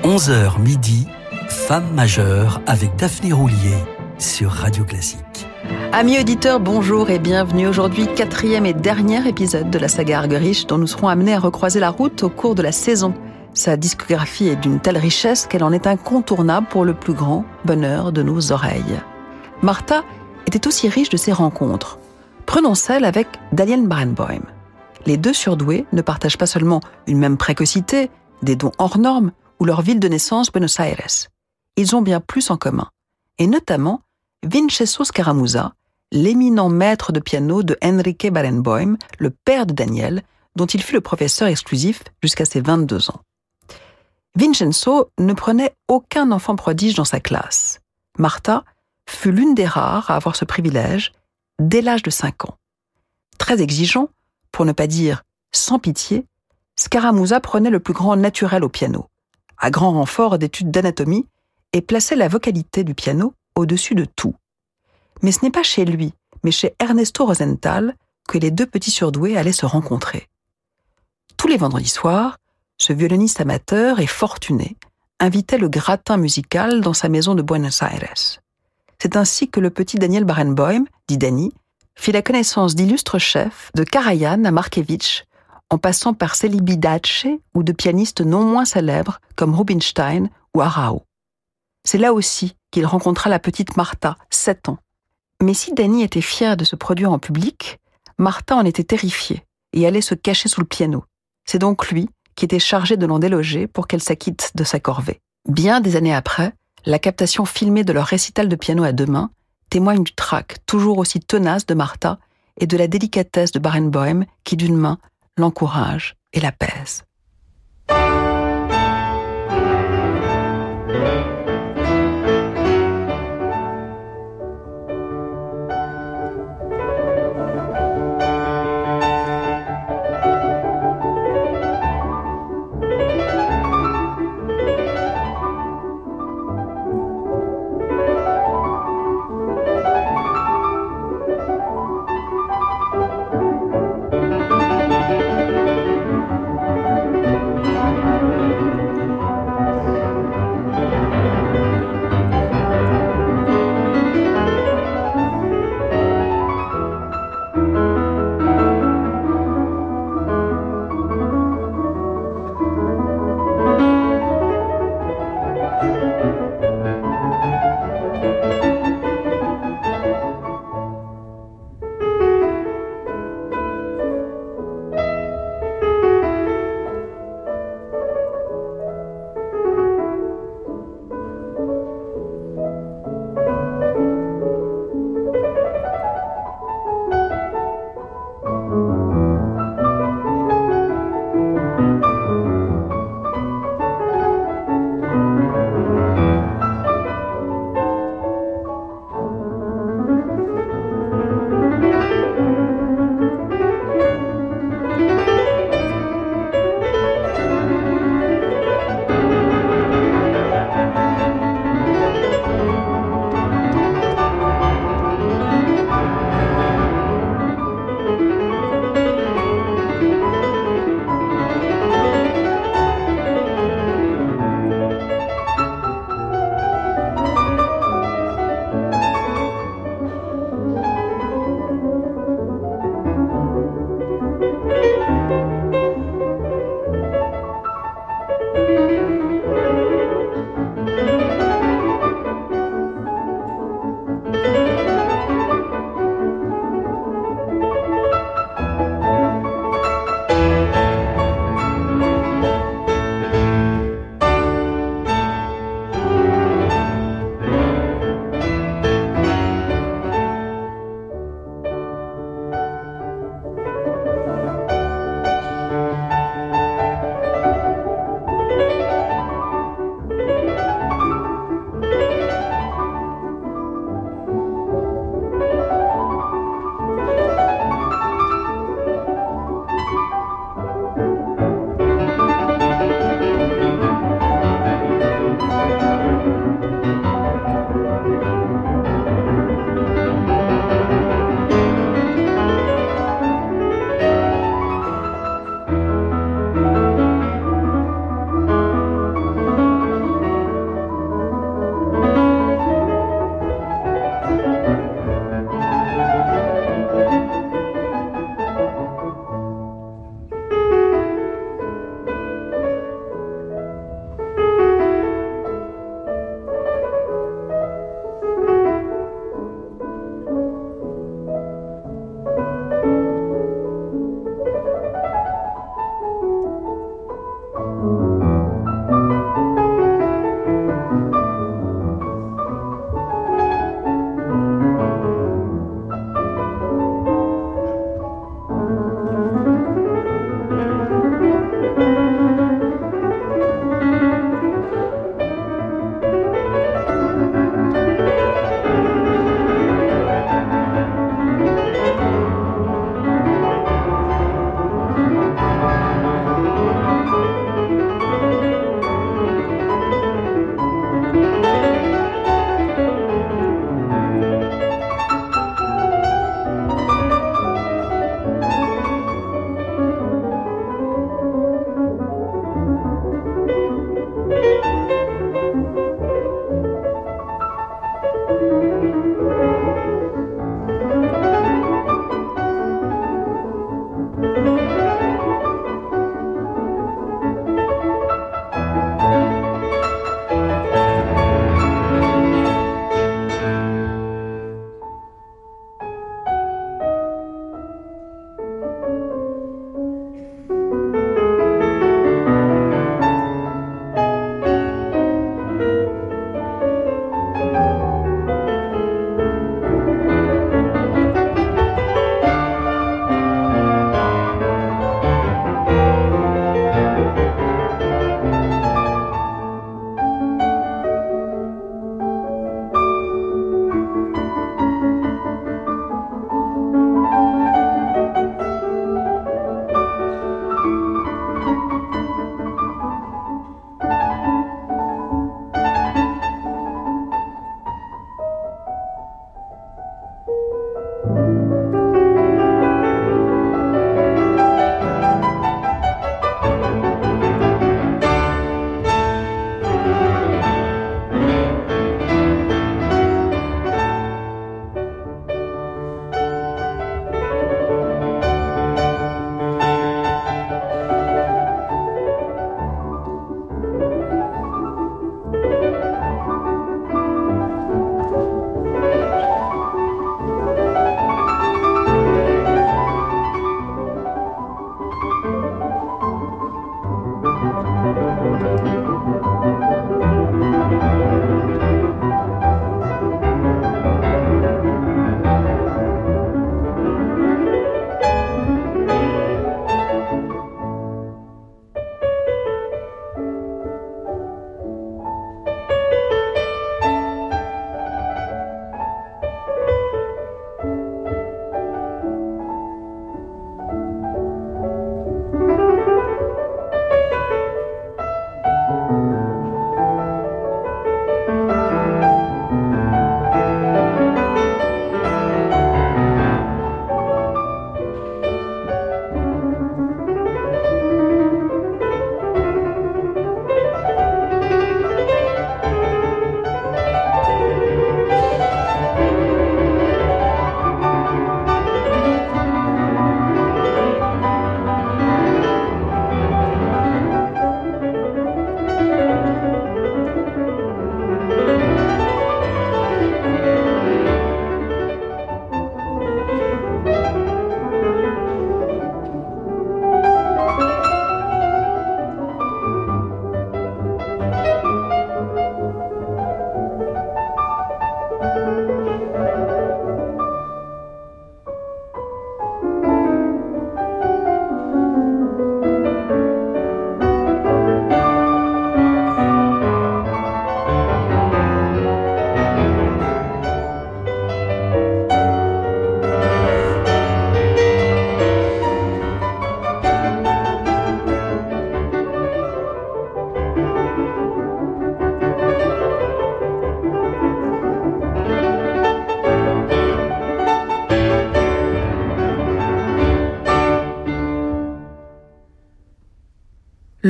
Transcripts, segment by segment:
11h midi, Femme majeure avec Daphné Roulier sur Radio Classique. Amis auditeurs, bonjour et bienvenue. Aujourd'hui, 4e et dernier épisode de la saga Argerich dont nous serons amenés à recroiser la route au cours de la saison. Sa discographie est d'une telle richesse qu'elle en est incontournable pour le plus grand bonheur de nos oreilles. Martha était aussi riche de ses rencontres. Prenons celle avec Daniel Barenboim. Les deux surdoués ne partagent pas seulement une même précocité, des dons hors normes ou leur ville de naissance, Buenos Aires. Ils ont bien plus en commun, et notamment Vincenzo Scaramuza, l'éminent maître de piano de Enrique Barenboim, le père de Daniel, dont il fut le professeur exclusif jusqu'à ses 22 ans. Vincenzo ne prenait aucun enfant prodige dans sa classe. Martha fut l'une des rares à avoir ce privilège dès l'âge de 5 ans. Très exigeant, pour ne pas dire sans pitié, Scaramuza prenait le plus grand naturel au piano, à grand renfort d'études d'anatomie, et plaçait la vocalité du piano au-dessus de tout. Mais ce n'est pas chez lui, mais chez Ernesto Rosenthal, que les deux petits surdoués allaient se rencontrer. Tous les vendredis soirs, ce violoniste amateur et fortuné invitait le gratin musical dans sa maison de Buenos Aires. C'est ainsi que le petit Daniel Barenboim, dit Danny, fit la connaissance d'illustres chefs de Karajan à Markevitch, en passant par Celibidache ou de pianistes non moins célèbres comme Rubinstein ou Arrau. C'est là aussi qu'il rencontra la petite Martha, 7 ans. Mais si Danny était fier de se produire en public, Martha en était terrifiée et allait se cacher sous le piano. C'est donc lui qui était chargé de l'en déloger pour qu'elle s'acquitte de sa corvée. Bien des années après, la captation filmée de leur récital de piano à deux mains témoigne du trac toujours aussi tenace de Martha et de la délicatesse de Barenboim qui, d'une main, l'encourage et l'apaise.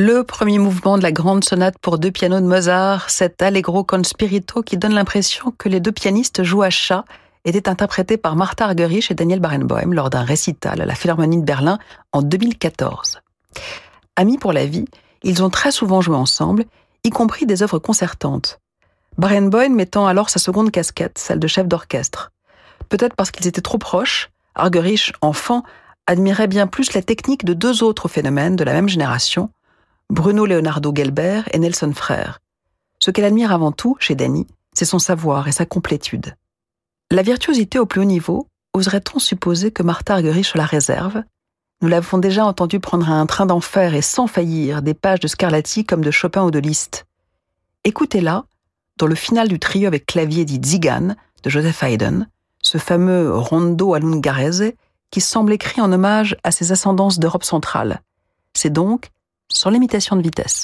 Le premier mouvement de la grande sonate pour 2 pianos de Mozart, cet Allegro con spirito qui donne l'impression que les 2 pianistes jouent à chat, était interprété par Martha Argerich et Daniel Barenboim lors d'un récital à la Philharmonie de Berlin en 2014. Amis pour la vie, ils ont très souvent joué ensemble, y compris des œuvres concertantes. Barenboim mettant alors sa seconde casquette, celle de chef d'orchestre. Peut-être parce qu'ils étaient trop proches, Argerich, enfant, admirait bien plus la technique de 2 autres phénomènes de la même génération, Bruno Leonardo Gelber et Nelson Frère. Ce qu'elle admire avant tout, chez Dany, c'est son savoir et sa complétude. La virtuosité au plus haut niveau, oserait-on supposer que Martha Argerich la réserve ? Nous l'avons déjà entendu prendre un train d'enfer et sans faillir des pages de Scarlatti comme de Chopin ou de Liszt. Écoutez-la, dans le final du trio avec clavier dit Zigane de Joseph Haydn, ce fameux rondo all'ungherese qui semble écrit en hommage à ses ascendances d'Europe centrale. C'est donc sans limitation de vitesse.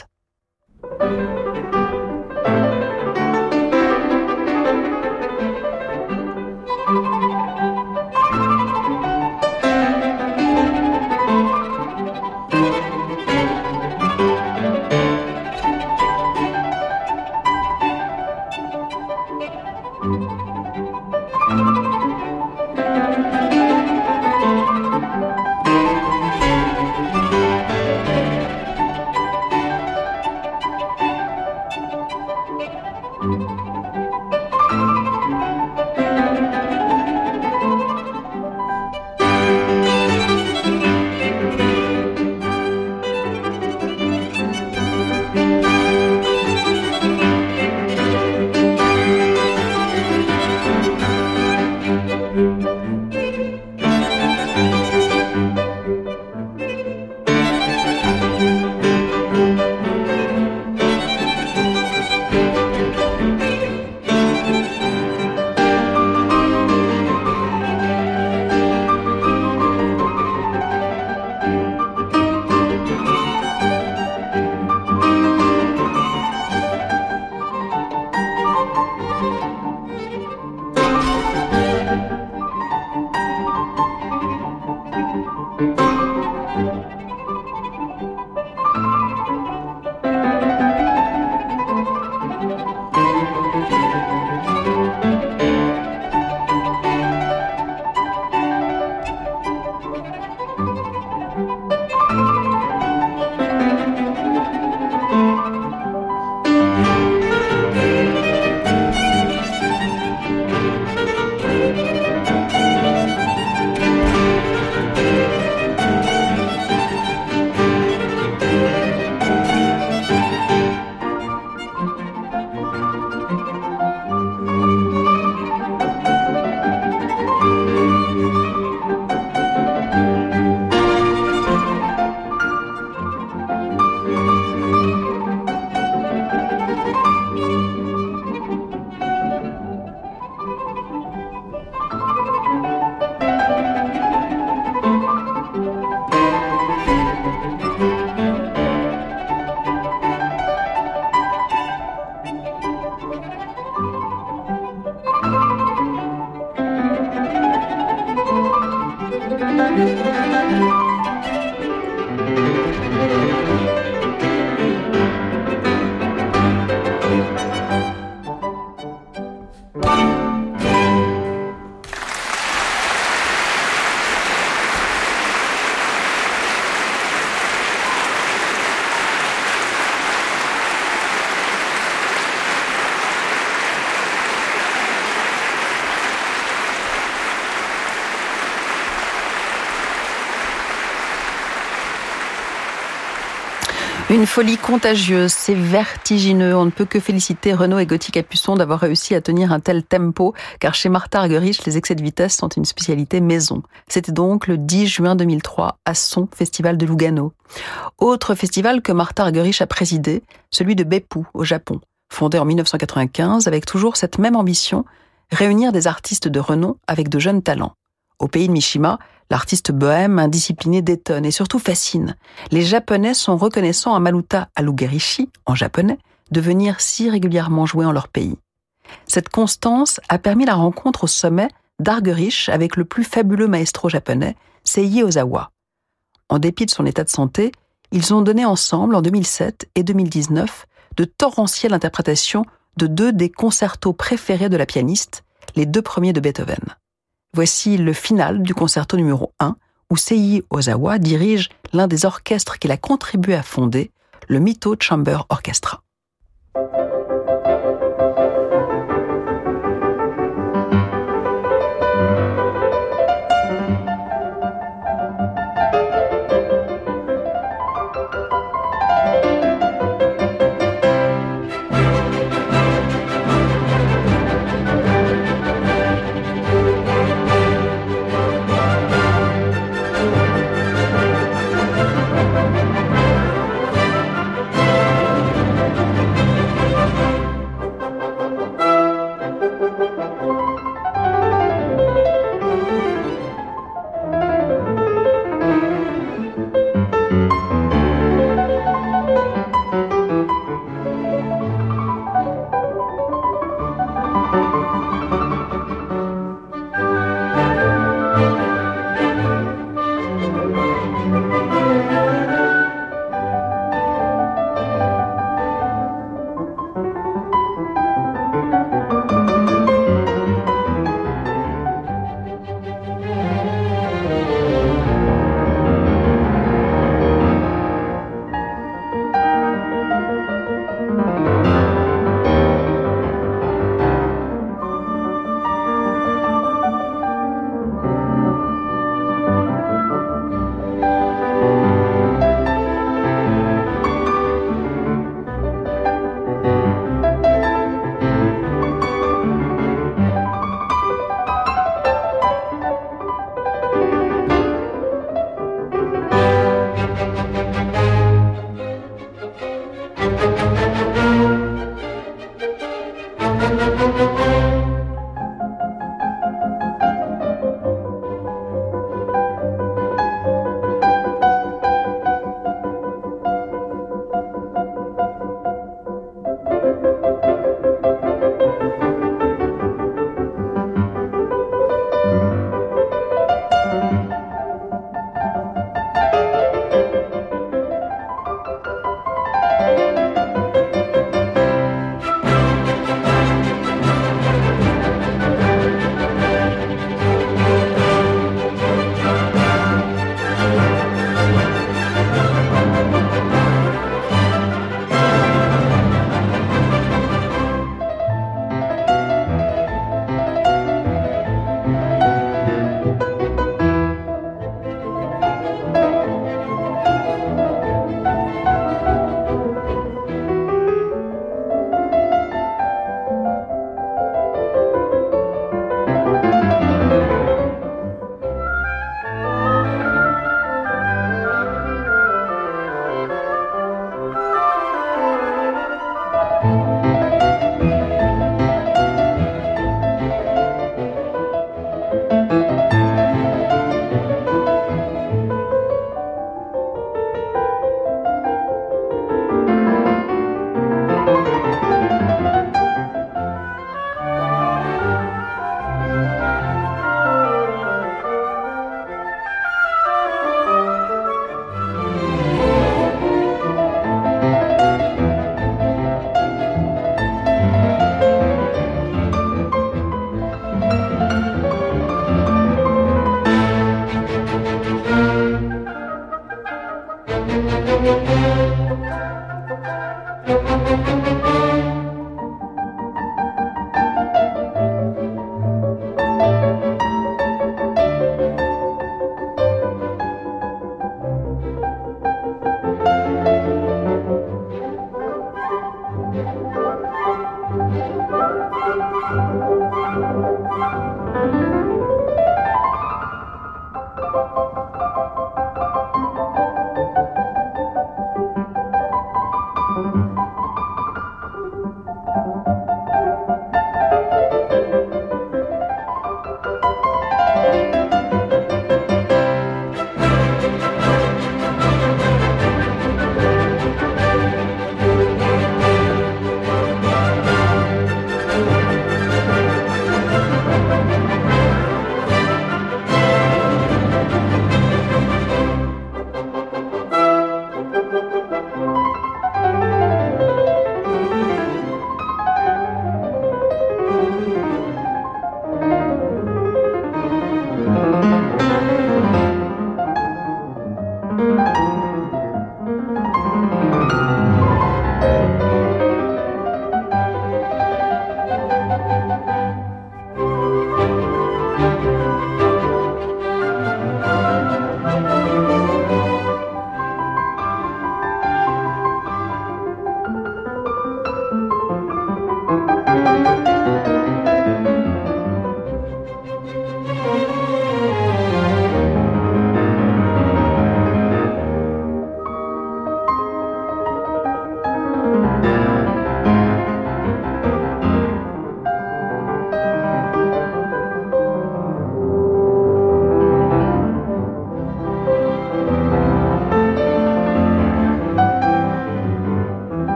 Une folie contagieuse, c'est vertigineux. On ne peut que féliciter Renaud et Gauthier Capuçon d'avoir réussi à tenir un tel tempo, car chez Martha Argerich, les excès de vitesse sont une spécialité maison. C'était donc le 10 juin 2003 à son Festival de Lugano. Autre festival que Martha Argerich a présidé, celui de Beppu, au Japon, fondé en 1995 avec toujours cette même ambition, réunir des artistes de renom avec de jeunes talents. Au pays de Mishima, l'artiste bohème, indiscipliné détonne et surtout fascine. Les Japonais sont reconnaissants à Maruta Alugerishi, en japonais, de venir si régulièrement jouer en leur pays. Cette constance a permis la rencontre au sommet d'Argerich avec le plus fabuleux maestro japonais, Seiji Ozawa. En dépit de son état de santé, Ils ont donné ensemble, en 2007 et 2019, de torrentielles interprétations de 2 des concertos préférés de la pianiste, les 2 premiers de Beethoven. Voici le final du concerto numéro 1, où Seiji Ozawa dirige l'un des orchestres qu'il a contribué à fonder, le Mito Chamber Orchestra.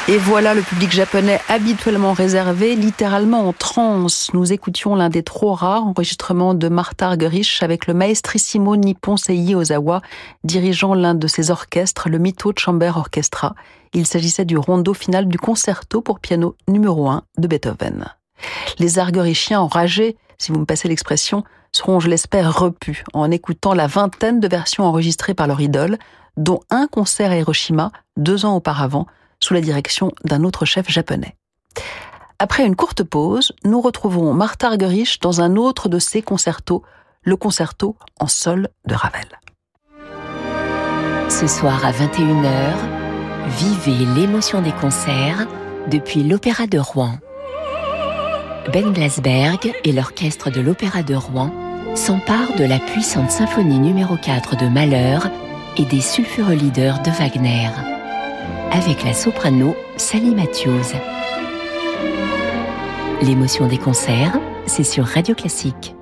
Et voilà le public japonais habituellement réservé, littéralement en transe. Nous écoutions l'un des trop rares enregistrements de Martha Argerich avec le maestrissimo nippon Seiji Ozawa, dirigeant l'un de ses orchestres, le Mito Chamber Orchestra. Il s'agissait du rondo final du concerto pour piano numéro 1 de Beethoven. Les Argerichiens enragés, si vous me passez l'expression, seront, je l'espère, repus en écoutant la vingtaine de versions enregistrées par leur idole, dont un concert à Hiroshima 2 ans auparavant, sous la direction d'un autre chef japonais. Après une courte pause, nous retrouvons Martha Argerich dans un autre de ses concertos, le concerto en sol de Ravel. Ce soir à 21h, vivez l'émotion des concerts depuis l'Opéra de Rouen. Ben Glasberg et l'orchestre de l'Opéra de Rouen s'emparent de la puissante symphonie numéro 4 de Mahler et des sulfureux leaders de Wagner, avec la soprano Sally Matthews. L'émotion des concerts, c'est sur Radio Classique.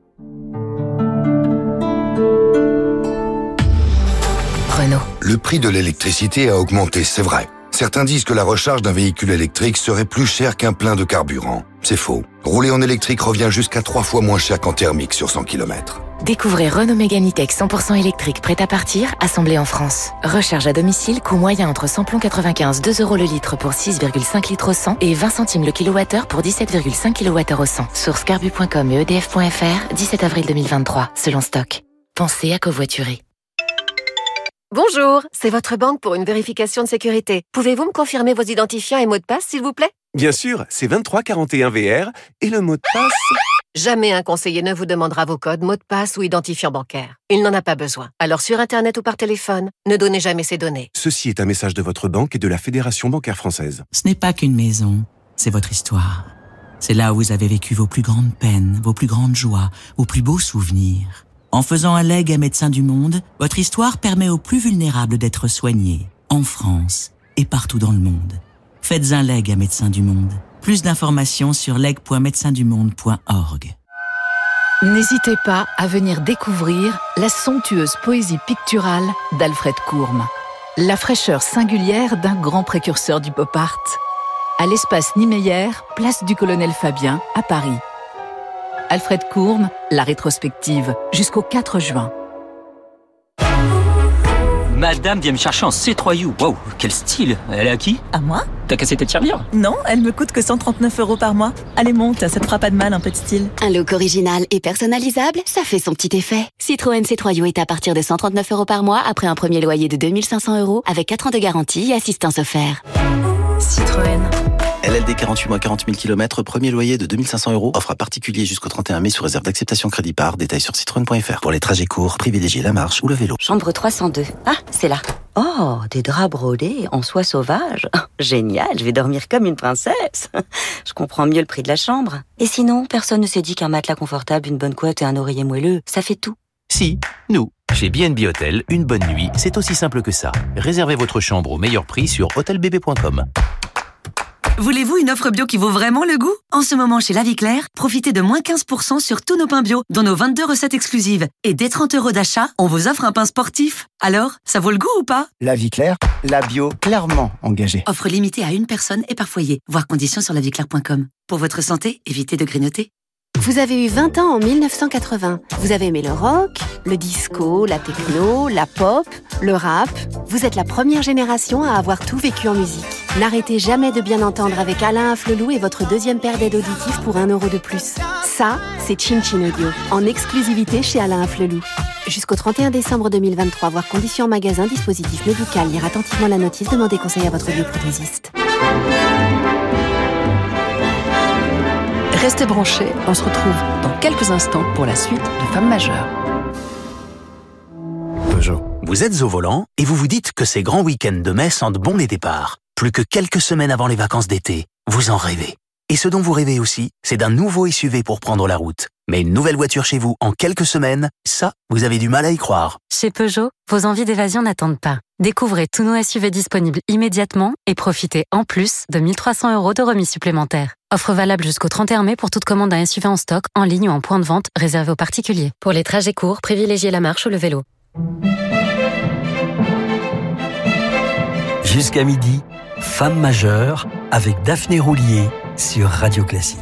Renault. Le prix de l'électricité a augmenté, c'est vrai. Certains disent que la recharge d'un véhicule électrique serait plus chère qu'un plein de carburant. C'est faux. Rouler en électrique revient jusqu'à 3 fois moins cher qu'en thermique sur 100 km. Découvrez Renault Mégane E-Tech 100% électrique prêt à partir, assemblé en France. Recharge à domicile, coût moyen entre samplon 95, 2 € le litre pour 6,5 litres au 100 et 20 centimes le kilowattheure pour 17,5 kWh au 100. Source carbu.com et edf.fr, 17 avril 2023, selon stock. Pensez à covoiturer. Bonjour, c'est votre banque pour une vérification de sécurité. Pouvez-vous me confirmer vos identifiants et mots de passe, s'il vous plaît ? Bien sûr, c'est 2341VR et le mot de passe... Jamais un conseiller ne vous demandera vos codes, mots de passe ou identifiants bancaires. Il n'en a pas besoin. Alors sur Internet ou par téléphone, ne donnez jamais ces données. Ceci est un message de votre banque et de la Fédération bancaire française. Ce n'est pas qu'une maison, c'est votre histoire. C'est là où vous avez vécu vos plus grandes peines, vos plus grandes joies, vos plus beaux souvenirs. En faisant un legs à Médecins du Monde, votre histoire permet aux plus vulnérables d'être soignés, en France et partout dans le monde. Faites un legs à Médecins du Monde. Plus d'informations sur leg.médecindumonde.org. N'hésitez pas à venir découvrir la somptueuse poésie picturale d'Alfred Courme, la fraîcheur singulière d'un grand précurseur du pop art. À l'espace Niemeyer, place du Colonel Fabien, à Paris. Alfred Courme, la rétrospective, jusqu'au 4 juin. Madame vient me chercher en C3U. Wow, quel style. Elle est à qui ? À moi ? T'as cassé tes tirelires ? Non, elle me coûte que 139 € par mois. Allez, monte, ça te fera pas de mal, un peu de style. Un look original et personnalisable, ça fait son petit effet. Citroën C3U est à partir de 139 € par mois après un premier loyer de 2500 € avec 4 ans de garantie et assistance offerte. Citroën. LLD 48 mois 40 000 km, premier loyer de 2500 €, offre à particulier jusqu'au 31 mai sous réserve d'acceptation crédit par, détails sur citroën.fr. Pour les trajets courts, privilégiez la marche ou le vélo. Chambre 302. Ah, c'est là. Oh, des draps brodés en soie sauvage. Génial, je vais dormir comme une princesse. Je comprends mieux le prix de la chambre. Et sinon, personne ne s'est dit qu'un matelas confortable, une bonne couette et un oreiller moelleux, ça fait tout. Si, nous. Chez B&B Hotel, une bonne nuit, c'est aussi simple que ça. Réservez votre chambre au meilleur prix sur hotelbb.com. Voulez-vous une offre bio qui vaut vraiment le goût ? En ce moment, chez La Vie Claire, profitez de moins 15% sur tous nos pains bio, dont nos 22 recettes exclusives. Et dès 30 € d'achat, on vous offre un pain sportif. Alors, ça vaut le goût ou pas ? La Vie Claire, la bio clairement engagée. Offre limitée à une personne et par foyer. Voir conditions sur laviclaire.com. Pour votre santé, évitez de grignoter. Vous avez eu 20 ans en 1980. Vous avez aimé le rock, le disco, la techno, la pop, le rap. Vous êtes la première génération à avoir tout vécu en musique. N'arrêtez jamais de bien entendre avec Alain Afflelou et votre deuxième paire d'aides auditives pour 1 € de plus. Ça, c'est Chin Chin Audio, en exclusivité chez Alain Afflelou. Jusqu'au 31 décembre 2023, voir conditions en magasin, dispositif médical. Lire attentivement la notice, demandez conseil à votre audioprothésiste. Restez branchés, on se retrouve dans quelques instants pour la suite de Femmes majeures. Peugeot. Vous êtes au volant et vous vous dites que ces grands week-ends de mai sentent bon les départs. Plus que quelques semaines avant les vacances d'été, vous en rêvez. Et ce dont vous rêvez aussi, c'est d'un nouveau SUV pour prendre la route. Mais une nouvelle voiture chez vous en quelques semaines, ça, vous avez du mal à y croire. Chez Peugeot, vos envies d'évasion n'attendent pas. Découvrez tous nos SUV disponibles immédiatement et profitez en plus de 1 300 € de remise supplémentaire. Offre valable jusqu'au 31 mai pour toute commande d'un SUV en stock, en ligne ou en point de vente réservé aux particuliers. Pour les trajets courts, privilégiez la marche ou le vélo. Jusqu'à midi, Femme majeure avec Daphné Roulier sur Radio Classique.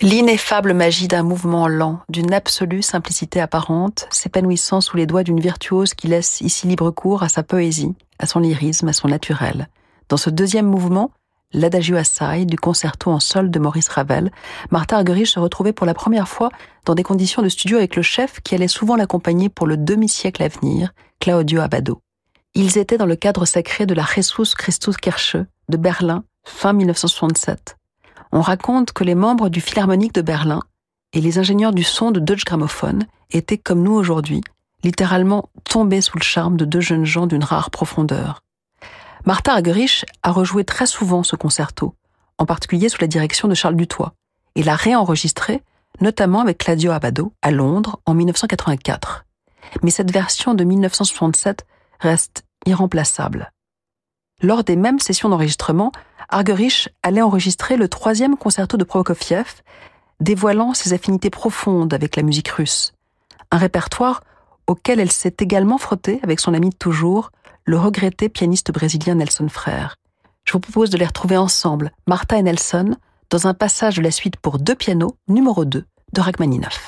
L'ineffable magie d'un mouvement lent, d'une absolue simplicité apparente, s'épanouissant sous les doigts d'une virtuose qui laisse ici libre cours à sa poésie, à son lyrisme, à son naturel. Dans ce deuxième mouvement, l'Adagio Assai du concerto en sol de Maurice Ravel, Martha Argerich se retrouvait pour la première fois dans des conditions de studio avec le chef qui allait souvent l'accompagner pour le demi-siècle à venir, Claudio Abbado. Ils étaient dans le cadre sacré de la Jesus Christus Kirche de Berlin, fin 1967. On raconte que les membres du Philharmonique de Berlin et les ingénieurs du son de Deutsche Grammophon étaient, comme nous aujourd'hui, littéralement tombés sous le charme de deux jeunes gens d'une rare profondeur. Martha Argerich a rejoué très souvent ce concerto, en particulier sous la direction de Charles Dutoit, et l'a réenregistré, notamment avec Claudio Abbado, à Londres, en 1984. Mais cette version de 1967 reste irremplaçable. Lors des mêmes sessions d'enregistrement, Argerich allait enregistrer le 3e concerto de Prokofiev, dévoilant ses affinités profondes avec la musique russe. Un répertoire auquel elle s'est également frottée avec son ami de toujours, le regretté pianiste brésilien Nelson Frère. Je vous propose de les retrouver ensemble, Martha et Nelson, dans un passage de la suite pour 2 pianos, numéro 2, de Rachmaninov.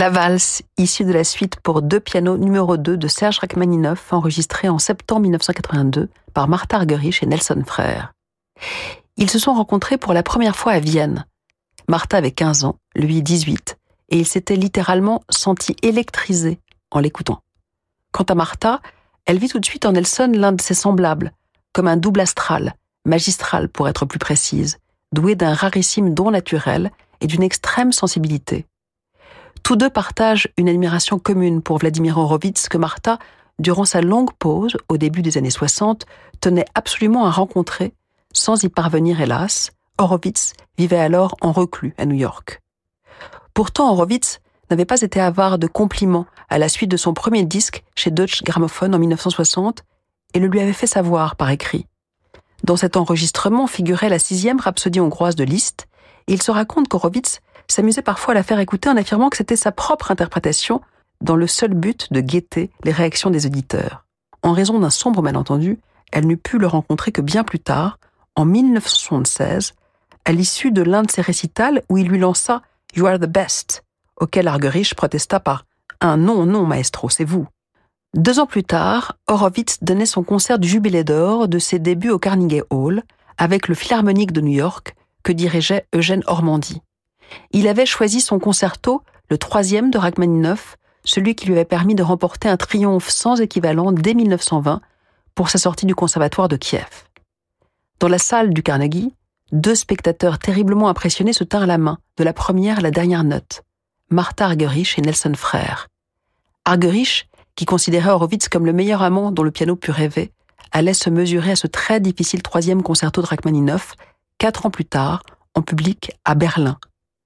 La valse, issue de la suite pour 2 pianos numéro 2 de Serge Rachmaninoff, enregistrée en septembre 1982 par Martha Argerich et Nelson Frère. Ils se sont rencontrés pour la première fois à Vienne. Martha avait 15 ans, lui 18, et il s'était littéralement senti électrisé en l'écoutant. Quant à Martha, elle vit tout de suite en Nelson l'un de ses semblables, comme un double astral, magistral pour être plus précise, doué d'un rarissime don naturel et d'une extrême sensibilité. Tous deux partagent une admiration commune pour Vladimir Horowitz que Martha, durant sa longue pause, au début des années 60, tenait absolument à rencontrer, sans y parvenir hélas. Horowitz vivait alors en reclus à New York. Pourtant, Horowitz n'avait pas été avare de compliments à la suite de son premier disque chez Deutsche Grammophon en 1960 et le lui avait fait savoir par écrit. Dans cet enregistrement figurait la 6e rhapsodie hongroise de Liszt et il se raconte qu'Horowitz s'amusait parfois à la faire écouter en affirmant que c'était sa propre interprétation dans le seul but de guetter les réactions des auditeurs. En raison d'un sombre malentendu, elle n'eut pu le rencontrer que bien plus tard, en 1976, à l'issue de l'un de ses récitals où il lui lança « You are the best », auquel Argerich protesta par « Un non, non, maestro, c'est vous ». 2 ans plus tard, Horowitz donnait son concert du Jubilé d'or de ses débuts au Carnegie Hall avec le Philharmonique de New York que dirigeait Eugène Ormandy. Il avait choisi son concerto, le 3e de Rachmaninoff, celui qui lui avait permis de remporter un triomphe sans équivalent dès 1920 pour sa sortie du conservatoire de Kiev. Dans la salle du Carnegie, 2 spectateurs terriblement impressionnés se tinrent la main, de la première à la dernière note, Martha Argerich et Nelson Frère. Argerich, qui considérait Horowitz comme le meilleur amant dont le piano put rêver, allait se mesurer à ce très difficile 3e concerto de Rachmaninoff 4 ans plus tard, en public à Berlin.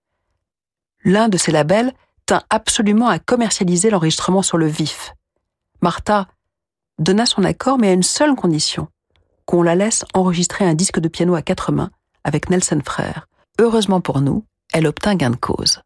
L'un de ces labels tint absolument à commercialiser l'enregistrement sur le vif. Martha donna son accord, mais à une seule condition, qu'on la laisse enregistrer un disque de piano à 4 mains avec Nelson Frère. Heureusement pour nous, elle obtint gain de cause.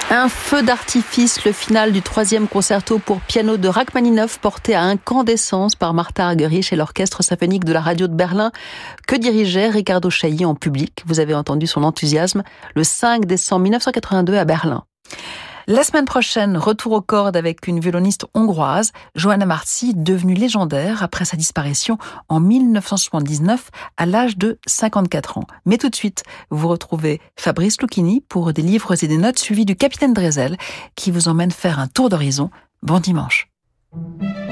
Un feu d'artifice, le final du 3e concerto pour piano de Rachmaninov porté à incandescence par Martha Argerich et l'orchestre symphonique de la radio de Berlin que dirigeait Riccardo Chailly en public. Vous avez entendu son enthousiasme le 5 décembre 1982 à Berlin. La semaine prochaine, retour aux cordes avec une violoniste hongroise, Johanna Marci, devenue légendaire après sa disparition en 1979 à l'âge de 54 ans. Mais tout de suite, vous retrouvez Fabrice Lucchini pour des livres et des notes suivis du Capitaine Drezel qui vous emmène faire un tour d'horizon. Bon dimanche.